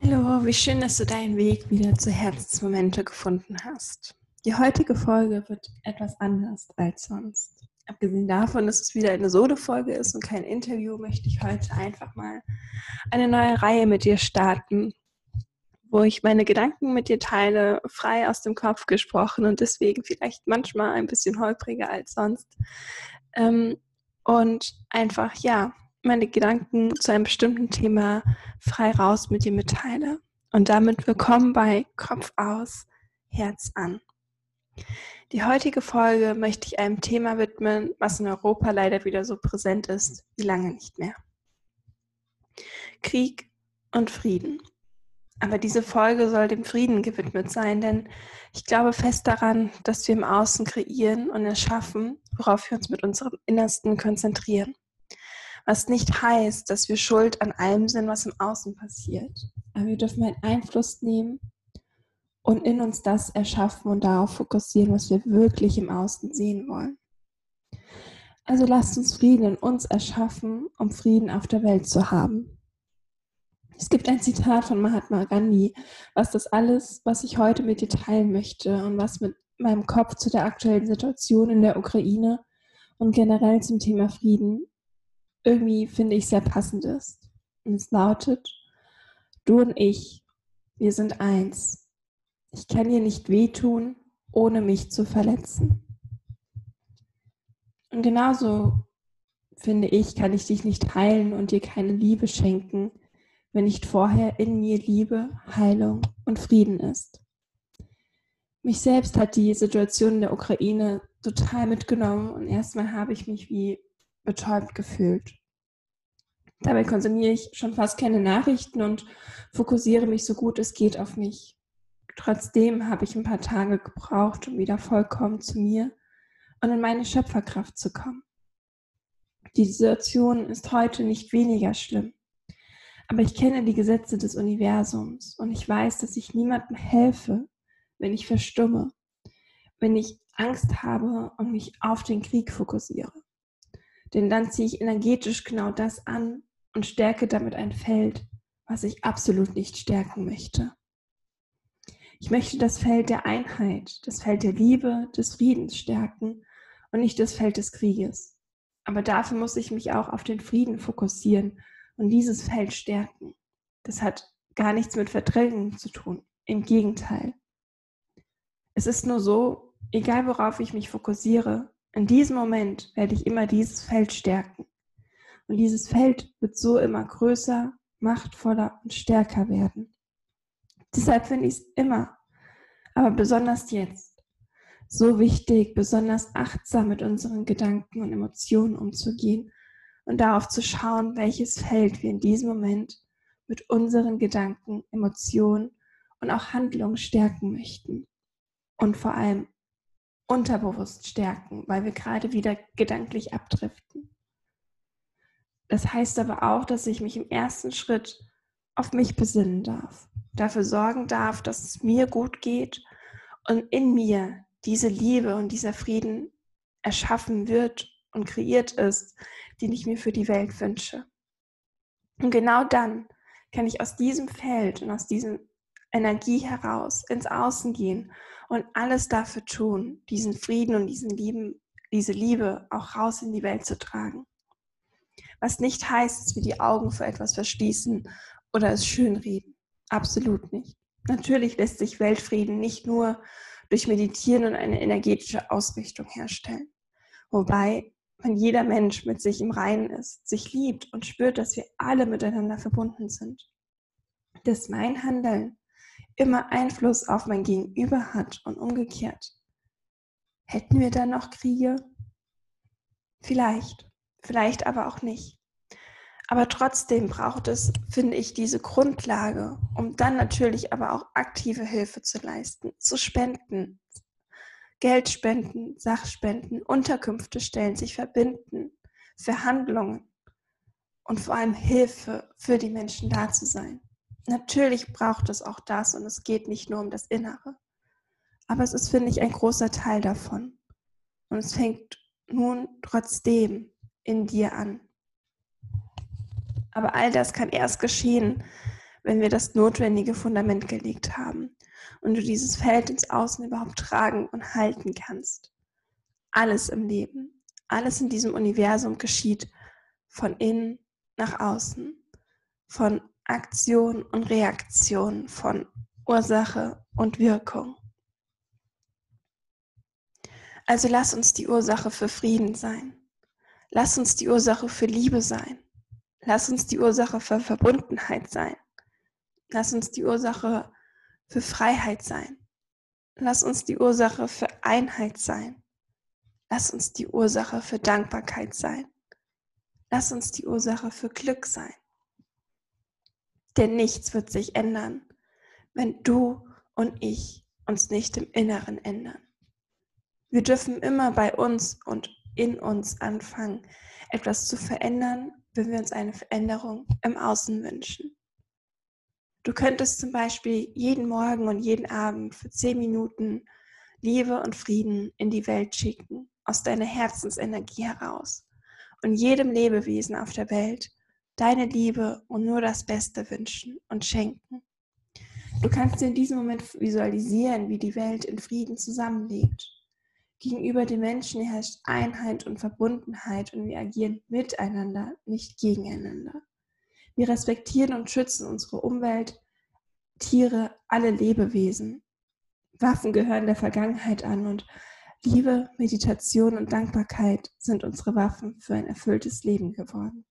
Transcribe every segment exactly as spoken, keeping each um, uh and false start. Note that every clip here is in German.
Hallo, wie schön, dass du deinen Weg wieder zu Herzensmomente gefunden hast. Die heutige Folge wird etwas anders als sonst. Abgesehen davon, dass es wieder eine Solo-Folge ist und kein Interview, möchte ich heute einfach mal eine neue Reihe mit dir starten, wo ich meine Gedanken mit dir teile, frei aus dem Kopf gesprochen und deswegen vielleicht manchmal ein bisschen holpriger als sonst. Ähm, und einfach, ja, meine Gedanken zu einem bestimmten Thema frei raus mit dir mitteile. Und damit willkommen bei Kopf aus, Herz an. Die heutige Folge möchte ich einem Thema widmen, was in Europa leider wieder so präsent ist wie lange nicht mehr. Krieg und Frieden. Aber diese Folge soll dem Frieden gewidmet sein, denn ich glaube fest daran, dass wir im Außen kreieren und erschaffen, worauf wir uns mit unserem Innersten konzentrieren. Was nicht heißt, dass wir schuld an allem sind, was im Außen passiert. Aber wir dürfen einen Einfluss nehmen und in uns das erschaffen und darauf fokussieren, was wir wirklich im Außen sehen wollen. Also lasst uns Frieden in uns erschaffen, um Frieden auf der Welt zu haben. Es gibt ein Zitat von Mahatma Gandhi, was das alles, was ich heute mit dir teilen möchte und was mit meinem Kopf zu der aktuellen Situation in der Ukraine und generell zum Thema Frieden irgendwie, finde ich, sehr passend ist. Und es lautet: Du und ich, wir sind eins. Ich kann dir nicht wehtun, ohne mich zu verletzen. Und genauso, finde ich, kann ich dich nicht heilen und dir keine Liebe schenken, wenn nicht vorher in mir Liebe, Heilung und Frieden ist. Mich selbst hat die Situation in der Ukraine total mitgenommen und erstmal habe ich mich wie betäubt gefühlt. Dabei konsumiere ich schon fast keine Nachrichten und fokussiere mich so gut es geht auf mich. Trotzdem habe ich ein paar Tage gebraucht, um wieder vollkommen zu mir und in meine Schöpferkraft zu kommen. Die Situation ist heute nicht weniger schlimm, aber ich kenne die Gesetze des Universums und ich weiß, dass ich niemandem helfe, wenn ich verstumme, wenn ich Angst habe und mich auf den Krieg fokussiere. Denn dann ziehe ich energetisch genau das an und stärke damit ein Feld, was ich absolut nicht stärken möchte. Ich möchte das Feld der Einheit, das Feld der Liebe, des Friedens stärken und nicht das Feld des Krieges. Aber dafür muss ich mich auch auf den Frieden fokussieren und dieses Feld stärken. Das hat gar nichts mit Verdrängung zu tun. Im Gegenteil. Es ist nur so, egal worauf ich mich fokussiere, in diesem Moment werde ich immer dieses Feld stärken. Und dieses Feld wird so immer größer, machtvoller und stärker werden. Deshalb finde ich es immer, aber besonders jetzt, so wichtig, besonders achtsam mit unseren Gedanken und Emotionen umzugehen und darauf zu schauen, welches Feld wir in diesem Moment mit unseren Gedanken, Emotionen und auch Handlungen stärken möchten. Und vor allem unterbewusst stärken, weil wir gerade wieder gedanklich abdriften. Das heißt aber auch, dass ich mich im ersten Schritt auf mich besinnen darf, dafür sorgen darf, dass es mir gut geht und in mir diese Liebe und dieser Frieden erschaffen wird und kreiert ist, den ich mir für die Welt wünsche. Und genau dann kann ich aus diesem Feld und aus dieser Energie heraus ins Außen gehen und alles dafür tun, diesen Frieden und diesen Lieben, diese Liebe auch raus in die Welt zu tragen. Was nicht heißt, dass wir die Augen für etwas verschließen oder es schönreden. Absolut nicht. Natürlich lässt sich Weltfrieden nicht nur durch Meditieren und eine energetische Ausrichtung herstellen. Wobei, wenn jeder Mensch mit sich im Reinen ist, sich liebt und spürt, dass wir alle miteinander verbunden sind, dass mein Handeln immer Einfluss auf mein Gegenüber hat und umgekehrt. Hätten wir dann noch Kriege? Vielleicht, vielleicht aber auch nicht. Aber trotzdem braucht es, finde ich, diese Grundlage, um dann natürlich aber auch aktive Hilfe zu leisten, zu spenden, Geld spenden, Sachspenden, Unterkünfte stellen, sich verbinden, Verhandlungen und vor allem Hilfe für die Menschen da zu sein. Natürlich braucht es auch das und es geht nicht nur um das Innere. Aber es ist, finde ich, ein großer Teil davon. Und es fängt nun trotzdem in dir an. Aber all das kann erst geschehen, wenn wir das notwendige Fundament gelegt haben und du dieses Feld ins Außen überhaupt tragen und halten kannst. Alles im Leben, alles in diesem Universum geschieht von innen nach außen, von Aktion und Reaktion, von Ursache und Wirkung. Also lass uns die Ursache für Frieden sein. Lass uns die Ursache für Liebe sein. Lass uns die Ursache für Verbundenheit sein. Lass uns die Ursache für Freiheit sein. Lass uns die Ursache für Einheit sein. Lass uns die Ursache für Dankbarkeit sein. Lass uns die Ursache für Glück sein. Denn nichts wird sich ändern, wenn du und ich uns nicht im Inneren ändern. Wir dürfen immer bei uns und in uns anfangen, etwas zu verändern, wenn wir uns eine Veränderung im Außen wünschen. Du könntest zum Beispiel jeden Morgen und jeden Abend für zehn Minuten Liebe und Frieden in die Welt schicken, aus deiner Herzensenergie heraus und jedem Lebewesen auf der Welt deine Liebe und nur das Beste wünschen und schenken. Du kannst dir in diesem Moment visualisieren, wie die Welt in Frieden zusammenlebt. Gegenüber den Menschen herrscht Einheit und Verbundenheit und wir agieren miteinander, nicht gegeneinander. Wir respektieren und schützen unsere Umwelt, Tiere, alle Lebewesen. Waffen gehören der Vergangenheit an und Liebe, Meditation und Dankbarkeit sind unsere Waffen für ein erfülltes Leben geworden.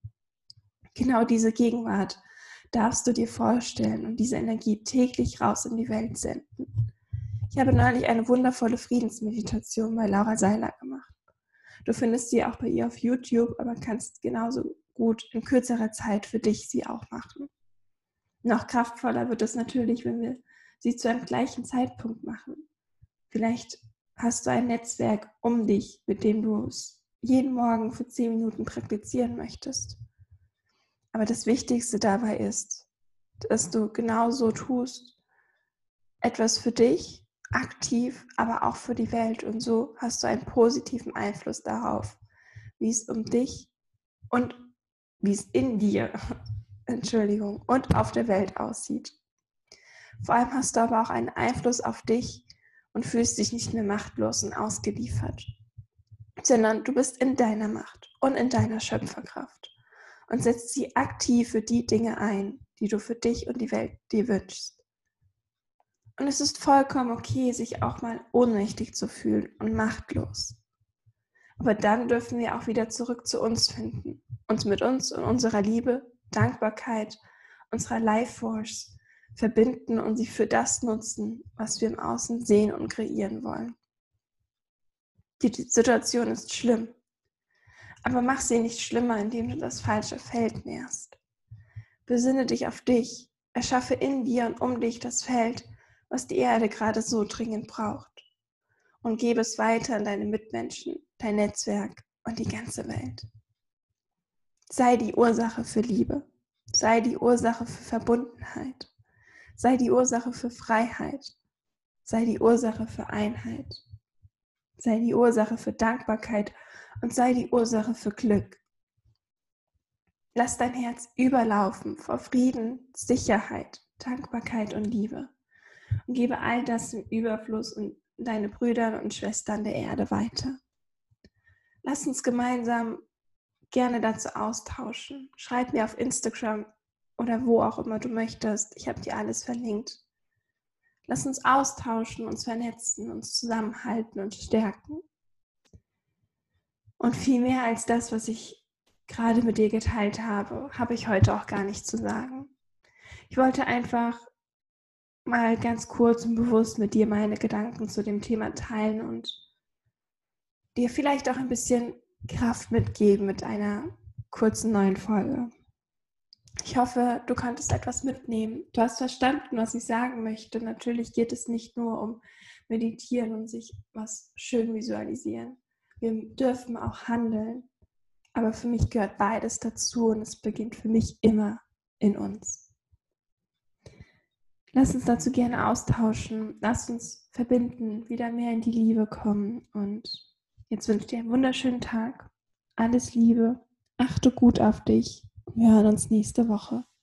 Genau diese Gegenwart darfst du dir vorstellen und diese Energie täglich raus in die Welt senden. Ich habe neulich eine wundervolle Friedensmeditation bei Laura Seiler gemacht. Du findest sie auch bei ihr auf YouTube, aber kannst genauso gut in kürzerer Zeit für dich sie auch machen. Noch kraftvoller wird es natürlich, wenn wir sie zu einem gleichen Zeitpunkt machen. Vielleicht hast du ein Netzwerk um dich, mit dem du es jeden Morgen für zehn Minuten praktizieren möchtest. Aber das Wichtigste dabei ist, dass du genauso tust, etwas für dich, aktiv, aber auch für die Welt. Und so hast du einen positiven Einfluss darauf, wie es um dich und wie es in dir, Entschuldigung, und auf der Welt aussieht. Vor allem hast du aber auch einen Einfluss auf dich und fühlst dich nicht mehr machtlos und ausgeliefert, sondern du bist in deiner Macht und in deiner Schöpferkraft und setzt sie aktiv für die Dinge ein, die du für dich und die Welt dir wünschst. Und es ist vollkommen okay, sich auch mal ohnmächtig zu fühlen und machtlos. Aber dann dürfen wir auch wieder zurück zu uns finden, uns mit uns und unserer Liebe, Dankbarkeit, unserer Life Force verbinden und sie für das nutzen, was wir im Außen sehen und kreieren wollen. Die Situation ist schlimm, aber mach sie nicht schlimmer, indem du das falsche Feld nährst. Besinne dich auf dich, erschaffe in dir und um dich das Feld, was die Erde gerade so dringend braucht. Und gebe es weiter an deine Mitmenschen, dein Netzwerk und die ganze Welt. Sei die Ursache für Liebe. Sei die Ursache für Verbundenheit. Sei die Ursache für Freiheit. Sei die Ursache für Einheit. Sei die Ursache für Dankbarkeit und sei die Ursache für Glück. Lass dein Herz überlaufen vor Frieden, Sicherheit, Dankbarkeit und Liebe. Und gebe all das im Überfluss und deine Brüder und Schwestern der Erde weiter. Lass uns gemeinsam gerne dazu austauschen. Schreib mir auf Instagram oder wo auch immer du möchtest. Ich habe dir alles verlinkt. Lass uns austauschen, uns vernetzen, uns zusammenhalten und stärken. Und viel mehr als das, was ich gerade mit dir geteilt habe, habe ich heute auch gar nicht zu sagen. Ich wollte einfach mal ganz kurz und bewusst mit dir meine Gedanken zu dem Thema teilen und dir vielleicht auch ein bisschen Kraft mitgeben mit einer kurzen neuen Folge. Ich hoffe, du konntest etwas mitnehmen. Du hast verstanden, was ich sagen möchte. Natürlich geht es nicht nur um Meditieren und sich was schön visualisieren. Wir dürfen auch handeln. Aber für mich gehört beides dazu und es beginnt für mich immer in uns. Lass uns dazu gerne austauschen, lass uns verbinden, wieder mehr in die Liebe kommen und jetzt wünsche ich dir einen wunderschönen Tag, alles Liebe, achte gut auf dich und wir hören uns nächste Woche.